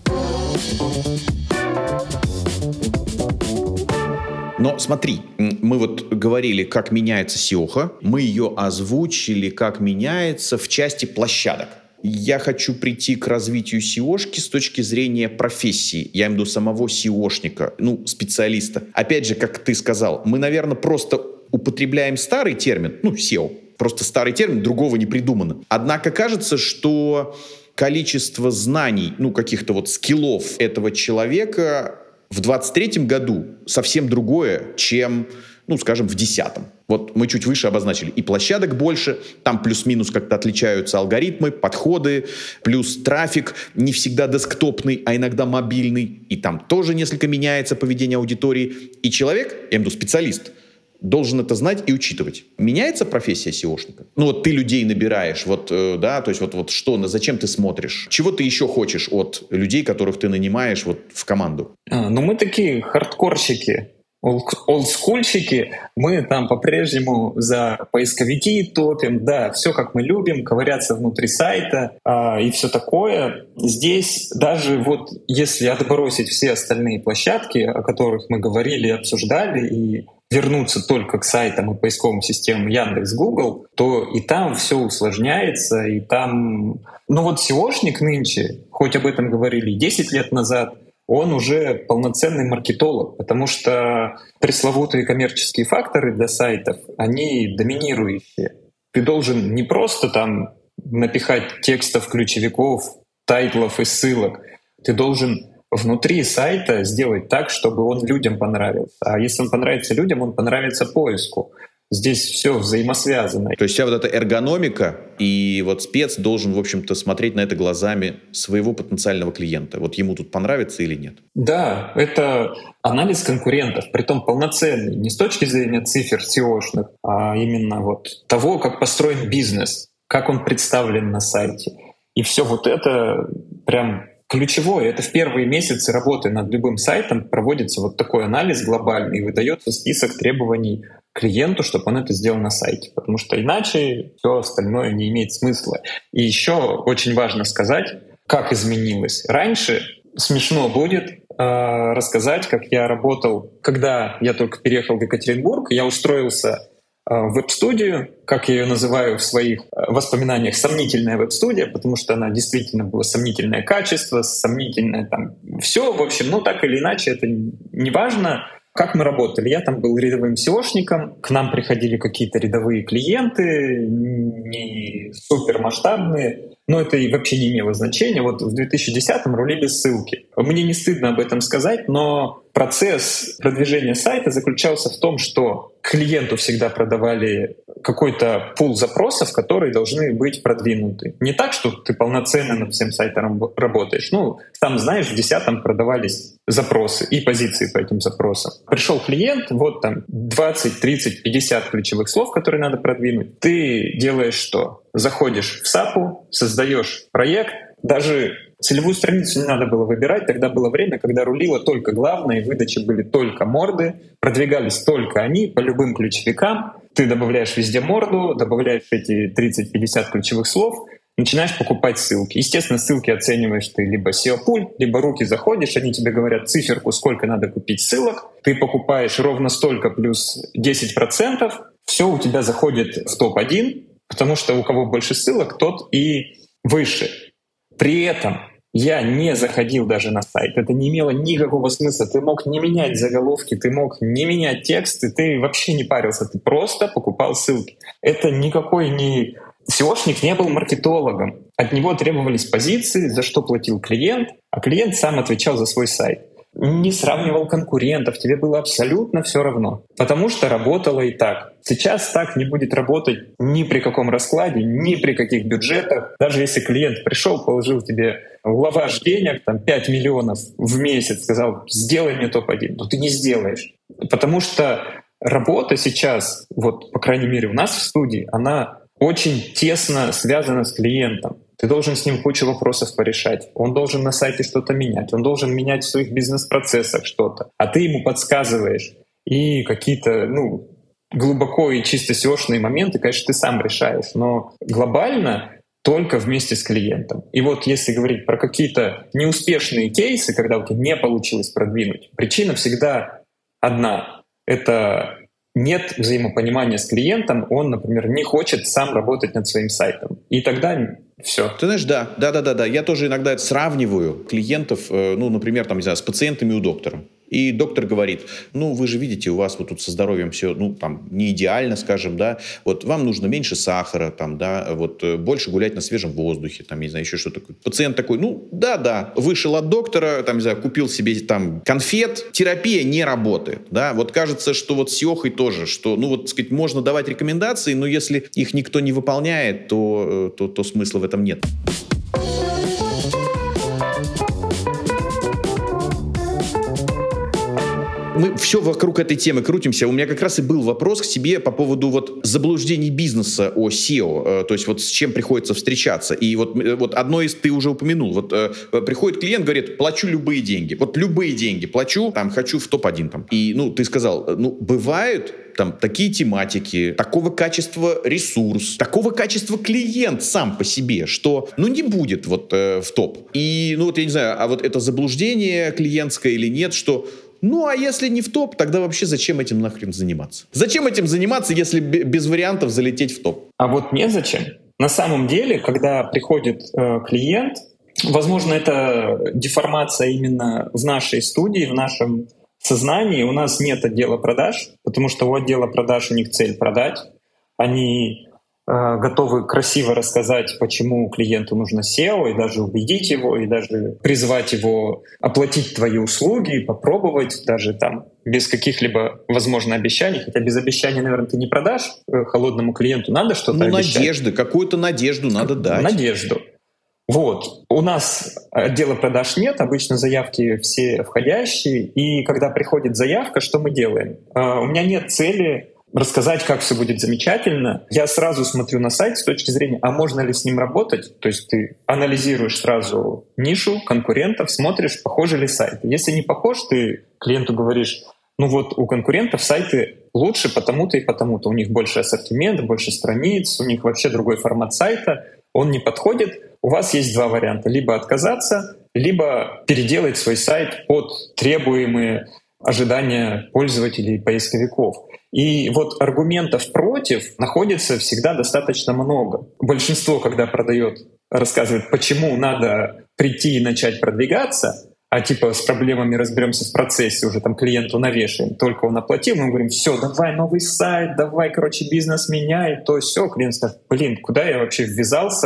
Но смотри, мы вот говорили, как меняется сеоха, мы ее озвучили, как меняется в части площадок. Я хочу прийти к развитию сеошки с точки зрения профессии. Я имею в виду самого сеошника, ну, специалиста. Опять же, как ты сказал, мы, наверное, просто употребляем старый термин, ну, сео. Просто старый термин, другого не придумано. Однако кажется, что количество знаний, ну, каких-то вот скиллов этого человека в двадцать третьем году совсем другое, чем, ну, скажем, в десятом. Вот мы чуть выше обозначили. И площадок больше, там плюс-минус как-то отличаются алгоритмы, подходы, плюс трафик не всегда десктопный, а иногда мобильный. И там тоже несколько меняется поведение аудитории. И человек, я имею в виду специалист, должен это знать и учитывать. Меняется профессия сеошника? Ну вот ты людей набираешь, вот, э, да, то есть вот, вот что, на зачем ты смотришь? Чего ты еще хочешь от людей, которых ты нанимаешь вот в команду? А, ну мы такие хардкорщики, олдскульщики, мы там по-прежнему за поисковики топим, да, все как мы любим, ковыряться внутри сайта а, и все такое. Здесь даже вот если отбросить все остальные площадки, о которых мы говорили и обсуждали, и вернуться только к сайтам и поисковым системам Яндекс, Google, то и там все усложняется, и там... Ну вот сеошник нынче, хоть об этом говорили десять лет назад, он уже полноценный маркетолог, потому что пресловутые коммерческие факторы для сайтов, они доминирующие. Ты должен не просто там напихать текстов, ключевиков, тайтлов и ссылок, ты должен внутри сайта сделать так, чтобы он людям понравился. А если он понравится людям, он понравится поиску. Здесь все взаимосвязано. То есть вся вот эта эргономика, и вот спец должен, в общем-то, смотреть на это глазами своего потенциального клиента. Вот ему тут понравится или нет? Да, это анализ конкурентов, притом полноценный, не с точки зрения цифр сеошных, а именно вот того, как построен бизнес, как он представлен на сайте. И все вот это прям ключевое. Это в первые месяцы работы над любым сайтом проводится вот такой анализ глобальный, и выдается список требований клиенту, чтобы он это сделал на сайте. Потому что иначе все остальное не имеет смысла. И еще очень важно сказать, как изменилось. Раньше смешно будет э, рассказать, как я работал, когда я только переехал в Екатеринбург, я устроился в веб-студию, как я ее называю в своих воспоминаниях, сомнительная веб-студия, потому что она действительно была сомнительное качество, сомнительное там все, в общем, ну так или иначе, это не важно. Как мы работали? Я там был рядовым сеошником, к нам приходили какие-то рядовые клиенты, не супермасштабные, но это и вообще не имело значения. Вот в две тысячи десятом рулили ссылки. Мне не стыдно об этом сказать, но процесс продвижения сайта заключался в том, что клиенту всегда продавали какой-то пул запросов, которые должны быть продвинуты. Не так, что ты полноценно над всем сайтом работаешь. Ну, там, знаешь, в десятом продавались запросы и позиции по этим запросам. Пришел клиент, вот там двадцать, тридцать, пятьдесят ключевых слов, которые надо продвинуть. Ты делаешь что? Заходишь в сапу, создаешь проект, даже целевую страницу не надо было выбирать, тогда было время, когда рулило только главное, выдачи были только морды, продвигались только они по любым ключевикам. Ты добавляешь везде морду, добавляешь эти тридцать-пятьдесят ключевых слов, начинаешь покупать ссылки. Естественно, ссылки оцениваешь ты либо сео пуль, либо руки заходишь, они тебе говорят циферку, сколько надо купить ссылок, ты покупаешь ровно столько плюс десять процентов, все у тебя заходит в топ один, потому что у кого больше ссылок, тот и выше. При этом я не заходил даже на сайт. Это не имело никакого смысла. Ты мог не менять заголовки, ты мог не менять тексты, ты вообще не парился. Ты просто покупал ссылки. Это никакой не... сеошник не был маркетологом. От него требовались позиции, за что платил клиент, а клиент сам отвечал за свой сайт. Не сравнивал конкурентов, тебе было абсолютно все равно, потому что работало и так. Сейчас так не будет работать ни при каком раскладе, ни при каких бюджетах. Даже если клиент пришел, положил тебе в лаваш денег, там пять миллионов в месяц, сказал, сделай мне топ один, но ты не сделаешь. Потому что работа сейчас, вот по крайней мере у нас в студии, она очень тесно связана с клиентом. Ты должен с ним кучу вопросов порешать. Он должен на сайте что-то менять. Он должен менять в своих бизнес-процессах что-то. А ты ему подсказываешь. И какие-то ну, глубоко и чисто сеошные моменты, конечно, ты сам решаешь. Но глобально только вместе с клиентом. И вот если говорить про какие-то неуспешные кейсы, когда у тебя не получилось продвинуть, причина всегда одна. Это нет взаимопонимания с клиентом, он, например, не хочет сам работать над своим сайтом. И тогда все. Ты знаешь, да, да, да, да, да. Я тоже иногда сравниваю клиентов, ну, например, там, не знаю, с пациентами у доктора. И доктор говорит, ну, вы же видите, у вас вот тут со здоровьем все, ну, там, не идеально, скажем, да, вот вам нужно меньше сахара, там, да, вот больше гулять на свежем воздухе, там, не знаю, еще что-то такое. Пациент такой, ну, да-да, вышел от доктора, там, не знаю, купил себе там конфет, терапия не работает, да, вот кажется, что вот с сеохой тоже, что, ну, вот, так сказать, можно давать рекомендации, но если их никто не выполняет, то, то, то смысла в этом нет. Мы все вокруг этой темы крутимся. У меня как раз и был вопрос к тебе по поводу вот заблуждений бизнеса о сео. То есть вот с чем приходится встречаться. И вот, вот одно из ты уже упомянул. Вот э, приходит клиент, говорит, плачу любые деньги. Вот любые деньги плачу, там, хочу в топ один. Там. И, ну, ты сказал, ну, бывают там такие тематики, такого качества ресурс, такого качества клиент сам по себе, что, ну, не будет вот э, в топ. И, ну, вот я не знаю, а вот это заблуждение клиентское или нет, что ну, а если не в топ, тогда вообще зачем этим нахрен заниматься? Зачем этим заниматься, если без вариантов залететь в топ? А вот незачем. На самом деле, когда приходит э, клиент, возможно, это деформация именно в нашей студии, в нашем сознании. У нас нет отдела продаж, потому что у отдела продаж у них цель продать. Они э, готовы красиво рассказать, почему клиенту нужно сео, и даже убедить его, и даже призвать его оплатить твои услуги, попробовать, даже там без каких-либо, возможно, обещаний. Хотя без обещаний, наверное, ты не продашь э, холодному клиенту. Надо что-то ну, обещать. Надежды, какую-то надежду надо дать. Надежду. Вот. У нас отдела продаж нет, обычно заявки все входящие, и когда приходит заявка, что мы делаем? Э, у меня нет цели рассказать, как все будет замечательно. Я сразу смотрю на сайт с точки зрения, а можно ли с ним работать? То есть ты анализируешь сразу нишу конкурентов, смотришь, похожи ли сайты. Если не похож, ты клиенту говоришь, ну вот у конкурентов сайты лучше потому-то и потому-то. У них больше ассортимент, больше страниц, у них вообще другой формат сайта, он не подходит. У вас есть два варианта. Либо отказаться, либо переделать свой сайт под требуемые ожидания пользователей и поисковиков. И вот аргументов против находится всегда достаточно много. Большинство, когда продает, рассказывает, почему надо прийти и начать продвигаться, а типа с проблемами разберемся в процессе, уже там клиенту навешаем, только он оплатил, мы говорим, все, давай новый сайт, давай, короче, бизнес меняй, то все, клиент скажет, блин, куда я вообще ввязался,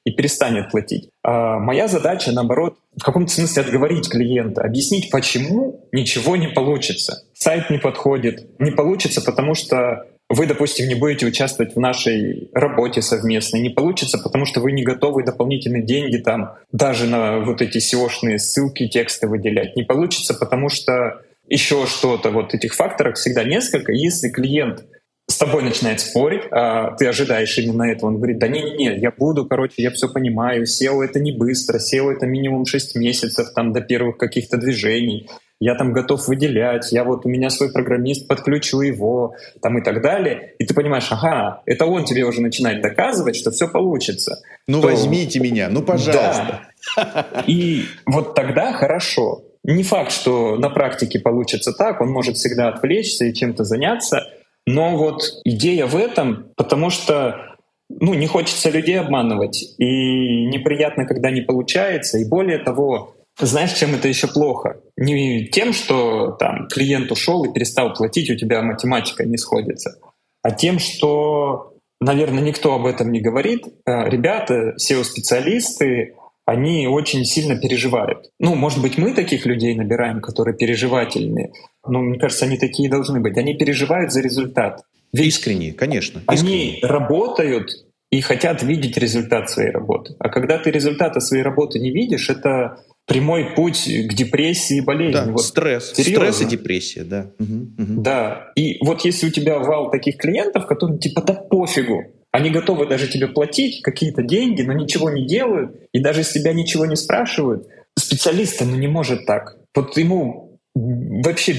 и перестанет платить. А моя задача, наоборот, в каком-то смысле отговорить клиента, объяснить, почему ничего не получится. Сайт не подходит, не получится, потому что вы, допустим, не будете участвовать в нашей работе совместной, не получится, потому что вы не готовы дополнительные деньги там даже на вот эти сеошные ссылки, тексты выделять. Не получится, потому что еще что-то. Вот этих факторов всегда несколько. Если клиент с тобой начинает спорить, а ты ожидаешь именно этого, он говорит: да не-не-не, я буду, короче, я все понимаю, сео это не быстро, сео это минимум шесть месяцев там до первых каких-то движений, я там готов выделять, я вот у меня свой программист, подключу его, там и так далее. И ты понимаешь, ага, это он тебе уже начинает доказывать, что все получится. Ну то... возьмите меня, ну пожалуйста. Да. И вот тогда хорошо. Не факт, что на практике получится так, он может всегда отвлечься и чем-то заняться, но вот идея в этом, потому что ну, не хочется людей обманывать, и неприятно, когда не получается, и более того, знаешь, чем это еще плохо? Не тем, что там клиент ушел и перестал платить, у тебя математика не сходится, а тем, что, наверное, никто об этом не говорит. Ребята, сео-специалисты, они очень сильно переживают. Ну, может быть, мы таких людей набираем, которые переживательные, но мне кажется, они такие должны быть. Они переживают за результат. Ведь искренне, конечно. Искренне. Они работают и хотят видеть результат своей работы. А когда ты результата своей работы не видишь, это прямой путь к депрессии и болезни. Да, вот стресс. Серьезно. Стресс и депрессия, да. Угу, угу. Да. И вот если у тебя вал таких клиентов, которым типа да пофигу, они готовы даже тебе платить какие-то деньги, но ничего не делают, и даже с тебя ничего не спрашивают, специалист, ну не может так. Вот ему вообще,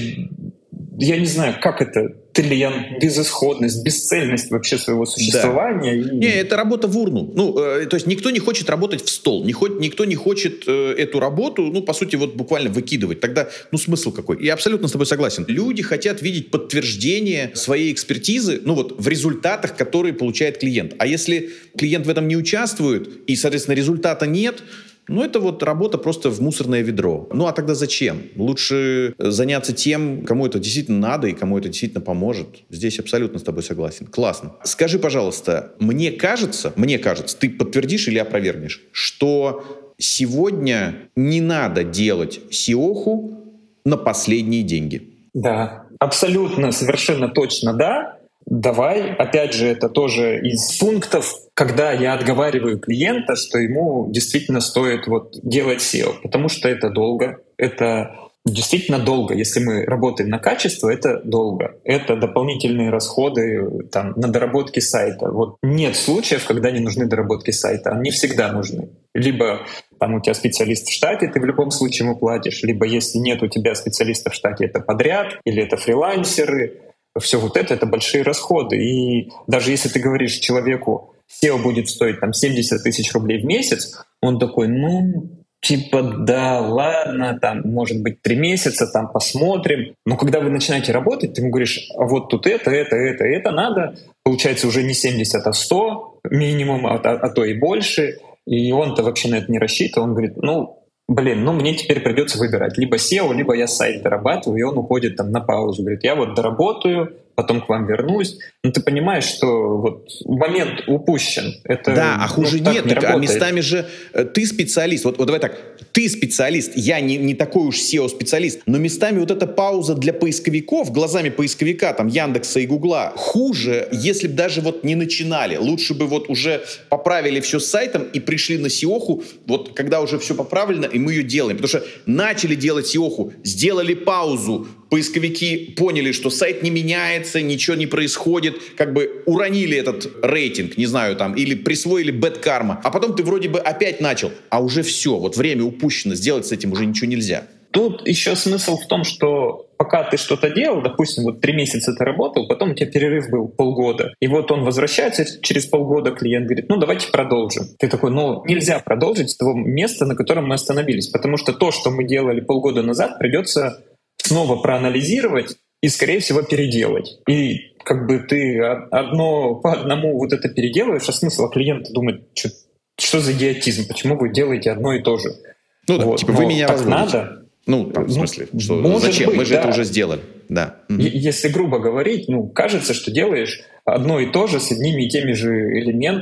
я не знаю, как это, триллион, безысходность, бесцельность вообще своего существования. Да. И... Не, это работа в урну. Ну, э, то есть никто не хочет работать в стол, не хо- никто не хочет э, эту работу, ну, по сути, вот буквально выкидывать. Тогда, ну, смысл какой? Я абсолютно с тобой согласен. Люди хотят видеть подтверждение своей экспертизы, ну, вот в результатах, которые получает клиент. А если клиент в этом не участвует и, соответственно, результата нет, ну, это вот работа просто в мусорное ведро. Ну, а тогда зачем? Лучше заняться тем, кому это действительно надо и кому это действительно поможет. Здесь абсолютно с тобой согласен. Классно. Скажи, пожалуйста, мне кажется, мне кажется, ты подтвердишь или опровергнешь, что сегодня не надо делать сеоху на последние деньги? Да, абсолютно, совершенно точно да. Давай, опять же, это тоже из пунктов, когда я отговариваю клиента, что ему действительно стоит вот делать сео, потому что это долго, это действительно долго. Если мы работаем на качество, это долго. Это дополнительные расходы там, на доработки сайта. Вот нет случаев, когда не нужны доработки сайта. Они всегда нужны. Либо там у тебя специалист в штате, ты в любом случае ему платишь. Либо если нет у тебя специалиста в штате, это подряд, или это фрилансеры. Все вот это — это большие расходы. И даже если ты говоришь человеку, сео будет стоить там семьдесят тысяч рублей в месяц, он такой, ну, типа, да, ладно, там, может быть, три месяца, там, посмотрим. Но когда вы начинаете работать, ты ему говоришь, а вот тут это, это, это, это надо. Получается уже не семьдесят, а сто минимум, а, а, а то и больше. И он-то вообще на это не рассчитывал. Он говорит, ну, блин, ну мне теперь придется выбирать либо сео, либо я сайт дорабатываю, и он уходит там на паузу. Говорит, я вот доработаю, потом к вам вернусь. Ну ты понимаешь, что вот момент упущен. Это, да, а хуже ну, нет. Не так, а местами же э, ты специалист. Вот, вот давай так, ты специалист, я не, не такой уж сео-специалист, но местами вот эта пауза для поисковиков, глазами поисковика, там, Яндекса и Гугла, хуже, если бы даже вот не начинали. Лучше бы вот уже поправили все с сайтом и пришли на сеоху, вот когда уже все поправлено, и мы ее делаем. Потому что начали делать сеоху, сделали паузу, поисковики поняли, что сайт не меняется, ничего не происходит, как бы уронили этот рейтинг, не знаю, там, или присвоили bad karma, а потом ты вроде бы опять начал, а уже все, вот время упущено, сделать с этим уже ничего нельзя. Тут еще смысл в том, что пока ты что-то делал, допустим, вот три месяца ты работал, потом у тебя перерыв был полгода, и вот он возвращается через полгода, клиент говорит, ну давайте продолжим. Ты такой, ну нельзя продолжить с того места, на котором мы остановились, потому что то, что мы делали полгода назад, придется снова проанализировать и, скорее всего, переделать. И как бы ты одно по одному вот это переделаешь, а смысл клиента думать, что, что за идиотизм, почему вы делаете одно и то же. Ну да, вот. Типа вы меня так разводите. Надо. Ну, там, в смысле, ну, что, зачем? Быть, мы же да. это уже сделали. Да. Если грубо говорить, ну, кажется, что делаешь одно и то же с одними и теми же элементами.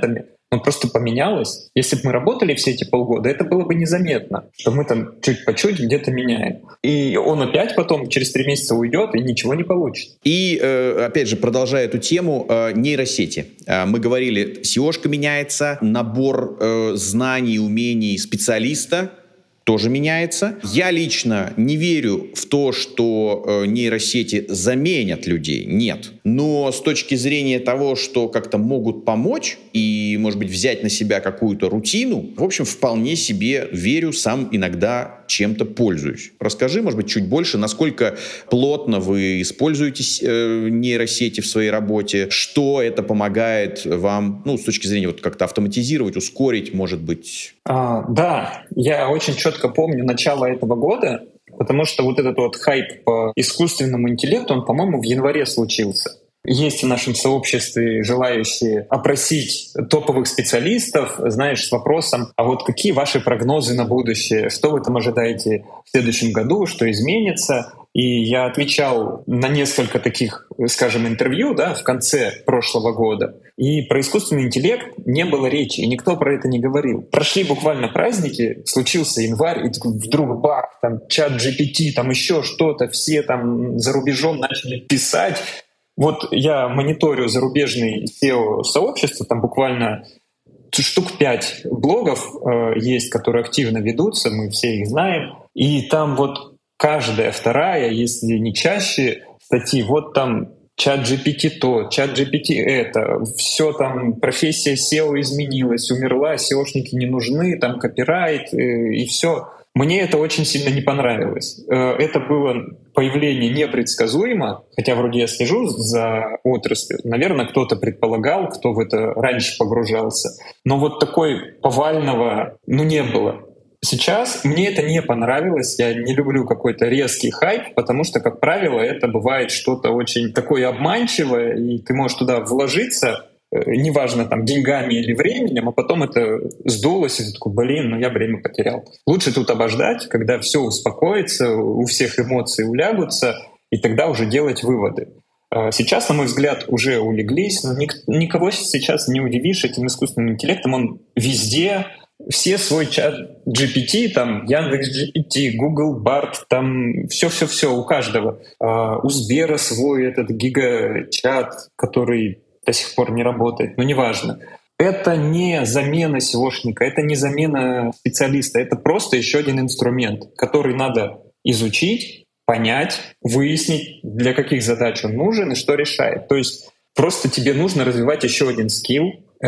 Ну, просто поменялось. Если бы мы работали все эти полгода, это было бы незаметно, что мы там чуть по чуть где-то меняем. И он опять потом через три месяца уйдет и ничего не получит. И, э, опять же, продолжая эту тему, э, нейросети. Э, мы говорили, сеошка меняется, набор э, знаний, умений специалиста тоже меняется. Я лично не верю в то, что э, нейросети заменят людей. Нет. Но с точки зрения того, что как-то могут помочь и, может быть, взять на себя какую-то рутину, в общем, вполне себе верю, сам иногда чем-то пользуюсь. Расскажи, может быть, чуть больше, насколько плотно вы используете э, нейросети в своей работе, что это помогает вам, ну, с точки зрения вот как-то автоматизировать, ускорить, может быть. А, да, я очень четко помню начало этого года, потому что вот этот вот хайп по искусственному интеллекту, он, по-моему, в январе случился. Есть в нашем сообществе желающие опросить топовых специалистов, знаешь, с вопросом, а вот какие ваши прогнозы на будущее, что вы там ожидаете в следующем году, что изменится? И я отвечал на несколько таких, скажем, интервью, да, в конце прошлого года. И про искусственный интеллект не было речи, и никто про это не говорил. Прошли буквально праздники, случился январь, и вдруг бах, там чат джи пи ти, там еще что-то, все там за рубежом начали писать. Вот я мониторю зарубежные сео-сообщества, там буквально штук пять блогов э, есть, которые активно ведутся, мы все их знаем. И там вот каждая вторая, если не чаще, статьи, вот там чат джи пи ти то, чат джи пи ти это, все там, профессия сео изменилась, умерла, сеошники не нужны, там копирайт э, и все. Мне это очень сильно не понравилось. Это было появление непредсказуемо, хотя вроде я слежу за отраслью. Наверное, кто-то предполагал, кто в это раньше погружался. Но вот такой повального, ну, не было. Сейчас мне это не понравилось. Я не люблю какой-то резкий хайп, потому что, как правило, это бывает что-то очень такое обманчивое, и ты можешь туда вложиться, неважно, там, деньгами или временем, а потом это сдулось, и ты такой, блин, ну я время потерял. Лучше тут обождать, когда все успокоится, у всех эмоции улягутся, и тогда уже делать выводы. Сейчас, на мой взгляд, уже улеглись, но ник- никого сейчас не удивишь этим искусственным интеллектом, он везде, все свой чат джи пи ти, там, Яндекс джи пи ти, Google Bard, там все-все-все у каждого. У Сбера свой этот гигачат, который до сих пор не работает, но неважно. Это не замена сеошника, это не замена специалиста, это просто еще один инструмент, который надо изучить, понять, выяснить, для каких задач он нужен и что решает. То есть просто тебе нужно развивать еще один скилл.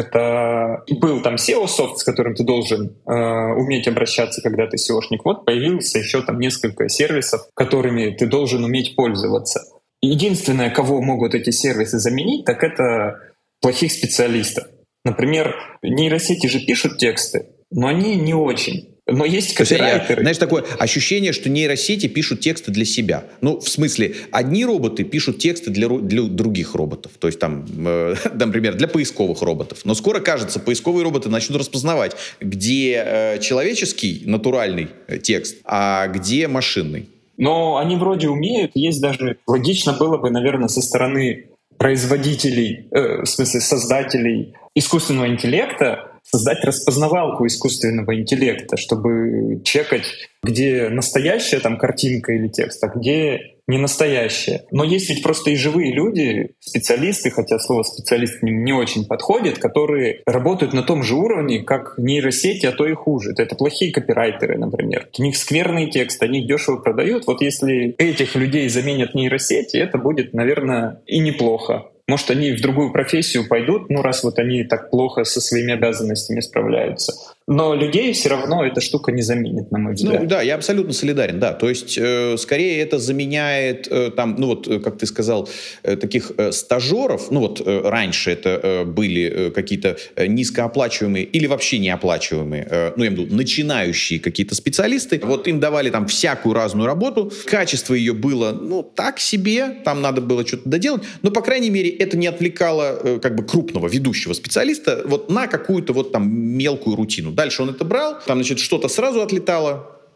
Это был там сео-софт, с которым ты должен э, уметь обращаться, когда ты сеошник. Вот появился еще там несколько сервисов, которыми ты должен уметь пользоваться. Единственное, кого могут эти сервисы заменить, так это плохих специалистов. Например, нейросети же пишут тексты, но они не очень. Но есть копирайтеры. Знаешь, такое ощущение, что нейросети пишут тексты для себя. Ну, в смысле, одни роботы пишут тексты для, для других роботов. То есть там, э, например, для поисковых роботов. Но скоро, кажется, поисковые роботы начнут распознавать, где э, человеческий, натуральный текст, а где машинный. Но они вроде умеют, есть даже... Логично было бы, наверное, со стороны производителей, э, в смысле создателей искусственного интеллекта создать распознавалку искусственного интеллекта, чтобы чекать, где настоящая там картинка или текст, а где не настоящая. Но есть ведь просто и живые люди, специалисты, хотя слово «специалист» к ним не очень подходит, которые работают на том же уровне, как нейросети, а то и хуже. Это плохие копирайтеры, например. У них скверный текст, они их дешево продают. Вот если этих людей заменят нейросети, это будет, наверное, и неплохо. Может, они в другую профессию пойдут, ну, раз вот они так плохо со своими обязанностями справляются. Но людей все равно эта штука не заменит, на мой взгляд. Ну да, я абсолютно солидарен, да. То есть, э, скорее это заменяет, э, там, ну вот, как ты сказал, э, таких э, стажеров, ну вот э, раньше это э, были э, какие-то низкооплачиваемые или вообще неоплачиваемые, э, ну я имею в виду, начинающие какие-то специалисты. Вот им давали там всякую разную работу, качество ее было, ну, так себе, там надо было что-то доделать, но, по крайней мере, это не отвлекало э, как бы крупного ведущего специалиста вот на какую-то вот там мелкую рутину. Дальше он это брал, там, значит, что-то сразу отлетало,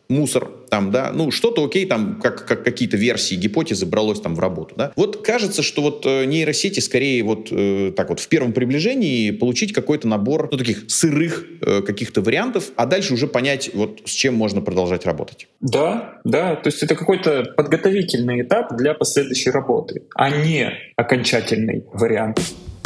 мусор, там, да, ну, что-то окей, там, как, как какие-то версии, гипотезы бралось там в работу, да. Вот кажется, что вот э, нейросети скорее вот э, так вот в первом приближении получить какой-то набор, ну, таких сырых э, каких-то вариантов, а дальше уже понять, вот с чем можно продолжать работать. Да, да, то есть это какой-то подготовительный этап для последующей работы, а не окончательный вариант.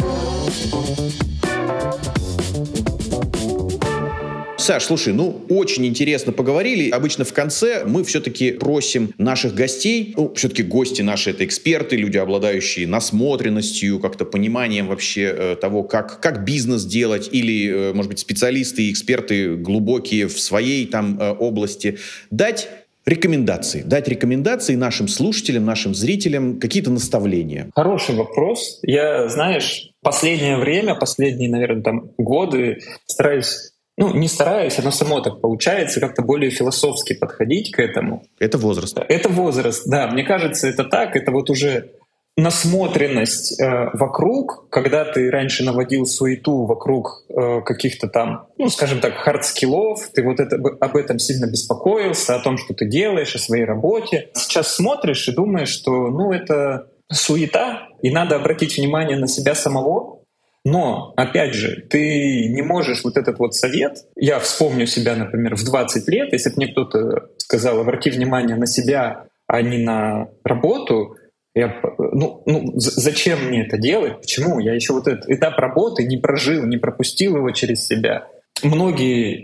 Саш, слушай, ну, очень интересно поговорили. Обычно в конце мы все-таки просим наших гостей, ну, все-таки гости наши — это эксперты, люди, обладающие насмотренностью, как-то пониманием вообще э, того, как, как бизнес делать, или, э, может быть, специалисты и эксперты глубокие в своей там э, области, дать рекомендации, дать рекомендации нашим слушателям, нашим зрителям, какие-то наставления. Хороший вопрос. Я, знаешь, последнее время, последние, наверное, там годы стараюсь Ну, не стараюсь, оно само так получается, как-то более философски подходить к этому. Это возраст. Это возраст, да. Мне кажется, это так. Это вот уже насмотренность э, вокруг, когда ты раньше наводил суету вокруг э, каких-то там, ну, скажем так, хардскиллов, ты вот это, об этом сильно беспокоился, о том, что ты делаешь, о своей работе. Сейчас смотришь и думаешь, что, ну, это суета, и надо обратить внимание на себя самого. Но, опять же, ты не можешь вот этот вот совет, я вспомню себя, например, в двадцать лет, если бы мне кто-то сказал, обрати внимание на себя, а не на работу, я, ну, ну зачем мне это делать, почему? Я еще вот этот этап работы не прожил, не пропустил его через себя. Многие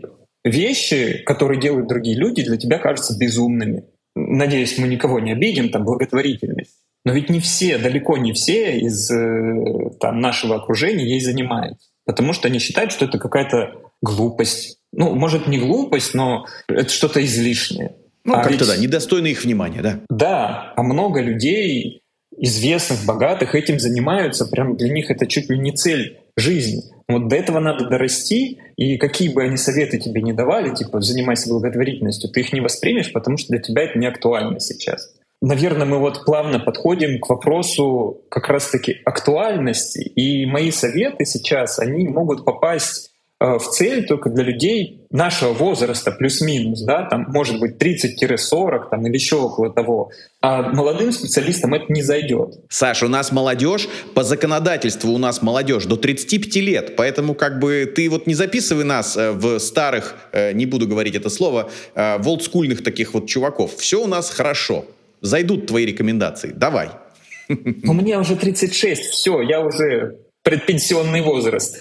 вещи, которые делают другие люди, для тебя кажутся безумными. Надеюсь, мы никого не обидим, там, благотворительность. Но ведь не все, далеко не все из там, нашего окружения ей занимаются. Потому что они считают, что это какая-то глупость. Ну, может, не глупость, но это что-то излишнее. Ну, а как-то ведь, да, недостойно их внимания, да. Да, а много людей, известных, богатых, этим занимаются. Прям для них это чуть ли не цель жизни. Вот до этого надо дорасти, и какие бы они советы тебе не давали, типа «занимайся благотворительностью», ты их не воспримешь, потому что для тебя это не актуально сейчас. Наверное, мы вот плавно подходим к вопросу как раз-таки актуальности. И мои советы сейчас, они могут попасть э, в цель только для людей нашего возраста, плюс-минус, да, там, может быть, тридцать-сорок там, или еще около того. А молодым специалистам это не зайдет. Саша, у нас молодежь, по законодательству у нас молодежь до тридцати пяти лет, поэтому как бы ты вот не записывай нас в старых, не буду говорить это слово, в олдскульных таких вот чуваков. Все у нас хорошо. Зайдут твои рекомендации. Давай. У меня уже тридцать шесть. Все, я уже предпенсионный возраст.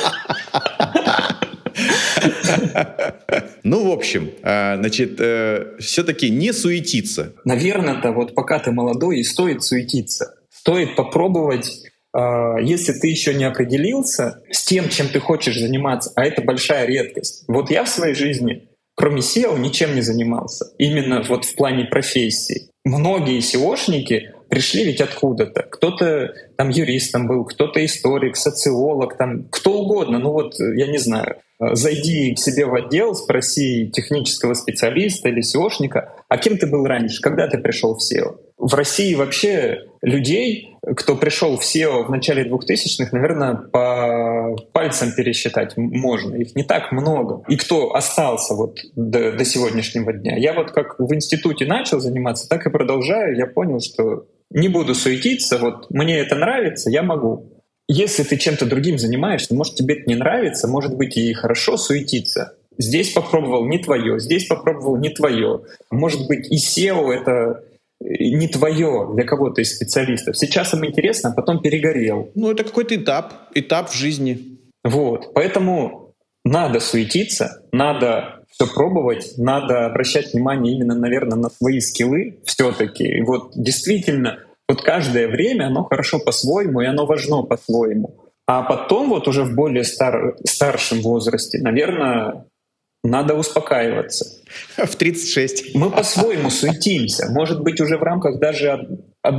Ну, в общем, значит, все-таки не суетиться. Наверное-то вот пока ты молодой, и стоит суетиться. Стоит попробовать, если ты еще не определился с тем, чем ты хочешь заниматься, а это большая редкость. Вот я в своей жизни, кроме сео, ничем не занимался. Именно вот в плане профессии. Многие сеошники пришли ведь откуда-то. Кто-то там юристом был, кто-то историк, социолог, там кто угодно. Ну вот, я не знаю, зайди к себе в отдел, спроси технического специалиста или сеошника, а кем ты был раньше, когда ты пришел в сео? В России вообще людей, кто пришел в сео в начале двухтысячных, наверное, по пальцам пересчитать можно. Их не так много. И кто остался вот до, до сегодняшнего дня. Я вот как в институте начал заниматься, так и продолжаю. Я понял, что не буду суетиться, вот мне это нравится, я могу. Если ты чем-то другим занимаешься, может, тебе это не нравится, может быть, и хорошо суетиться. Здесь попробовал не твое, здесь попробовал не твое. Может быть, и сео — это не твое для кого-то из специалистов. Сейчас им интересно, а потом перегорел. Ну, это какой-то этап, этап в жизни. Вот, поэтому надо суетиться, надо все пробовать, надо обращать внимание именно, наверное, на свои скиллы все-таки. Вот действительно, вот каждое время оно хорошо по-своему, и оно важно по-своему. А потом вот уже в более стар, старшем возрасте, наверное, надо успокаиваться. В тридцать шесть. Мы по-своему суетимся. Может быть, уже в рамках даже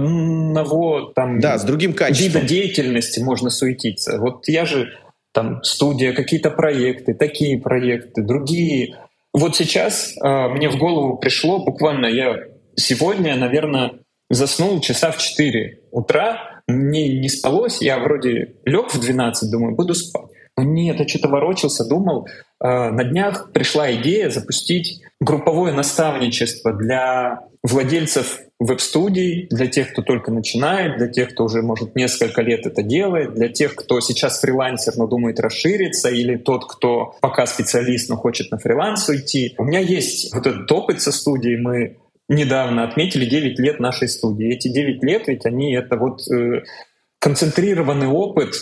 одного там, да, с другим качеством. вида деятельности можно суетиться. Вот я же там студия, какие-то проекты, такие проекты, другие. Вот сейчас э, мне в голову пришло, буквально я сегодня, наверное, заснул часа в четыре утра, мне не спалось, я вроде лег в двенадцать, думаю, буду спать. Нет, я что-то ворочался, думал. На днях пришла идея запустить групповое наставничество для владельцев веб-студий, для тех, кто только начинает, для тех, кто уже, может, несколько лет это делает, для тех, кто сейчас фрилансер, но думает расшириться, или тот, кто пока специалист, но хочет на фриланс уйти. У меня есть вот этот опыт со студией. Мы недавно отметили девять лет нашей студии. Эти девять лет, ведь они — это вот э, концентрированный опыт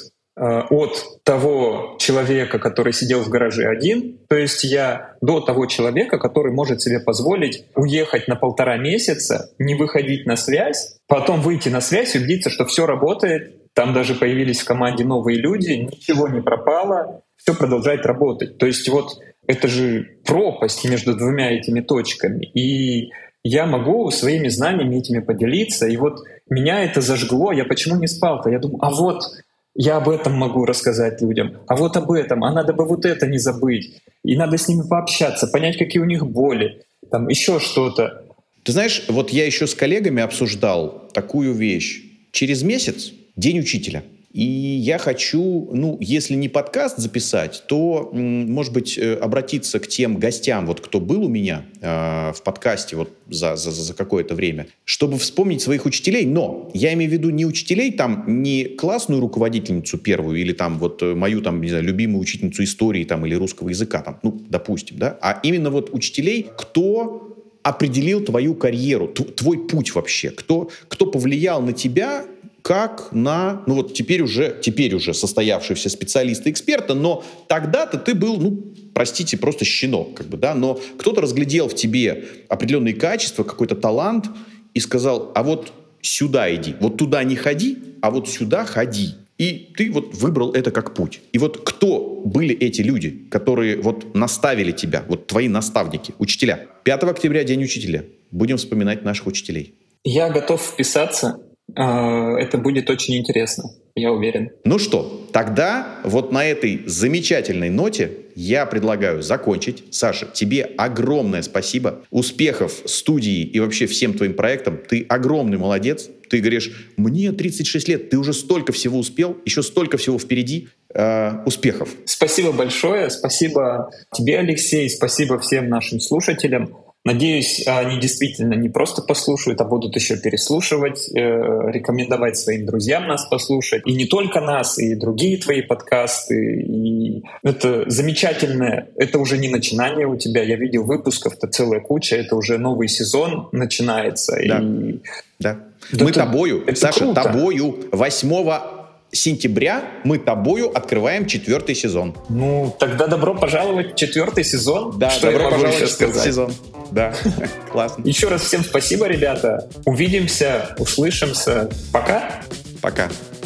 от того человека, который сидел в гараже один, то есть я до того человека, который может себе позволить уехать на полтора месяца, не выходить на связь, потом выйти на связь и убедиться, что все работает, там даже появились в команде новые люди, ничего не пропало, все продолжает работать. То есть вот это же пропасть между двумя этими точками. И я могу своими знаниями этими поделиться, и вот меня это зажгло, я почему не спал-то? Я думаю, а вот я об этом могу рассказать людям, а вот об этом, а надо бы вот это не забыть. И надо с ними пообщаться, понять, какие у них боли, там еще что-то. Ты знаешь, вот я еще с коллегами обсуждал такую вещь. Через месяц День учителя. И я хочу, ну, если не подкаст записать, то, может быть, обратиться к тем гостям, вот кто был у меня э, в подкасте вот за, за, за какое-то время, чтобы вспомнить своих учителей. Но я имею в виду не учителей, там, не классную руководительницу первую или там вот мою, там, не знаю, любимую учительницу истории там, или русского языка, там, ну, допустим, да, а именно вот учителей, кто определил твою карьеру, твой путь вообще, кто, кто повлиял на тебя, как на, ну вот теперь уже, теперь уже состоявшегося специалиста, эксперта, но тогда-то ты был, ну, простите, просто щенок, как бы, да, но кто-то разглядел в тебе определенные качества, какой-то талант и сказал, а вот сюда иди, вот туда не ходи, а вот сюда ходи. И ты вот выбрал это как путь. И вот кто были эти люди, которые вот наставили тебя, вот твои наставники, учителя? пятого октября, День учителя. Будем вспоминать наших учителей. Я готов вписаться. Это будет очень интересно, я уверен. Ну что, тогда вот на этой замечательной ноте я предлагаю закончить. Саша, тебе огромное спасибо. Успехов студии и вообще всем твоим проектам. Ты огромный молодец. Ты говоришь, мне тридцать шесть лет, ты уже столько всего успел, еще столько всего впереди. Э, успехов. Спасибо большое. Спасибо тебе, Алексей. Спасибо всем нашим слушателям. Надеюсь, они действительно не просто послушают, а будут еще переслушивать, э, рекомендовать своим друзьям нас послушать. И не только нас, и другие твои подкасты. И это замечательное. Это уже не начинание у тебя. Я видел выпусков-то целая куча. Это уже новый сезон начинается. Да, и... да. Да мы это, тобою, это Саша, круто. тобою восьмого сентября мы тобою открываем четвертый сезон. Ну, тогда добро пожаловать в четвертый сезон. Да, что добро я могу пожаловать еще в четвертый сказать? сезон. Да, классно. Еще раз всем спасибо, ребята. Увидимся, услышимся. Пока. Пока.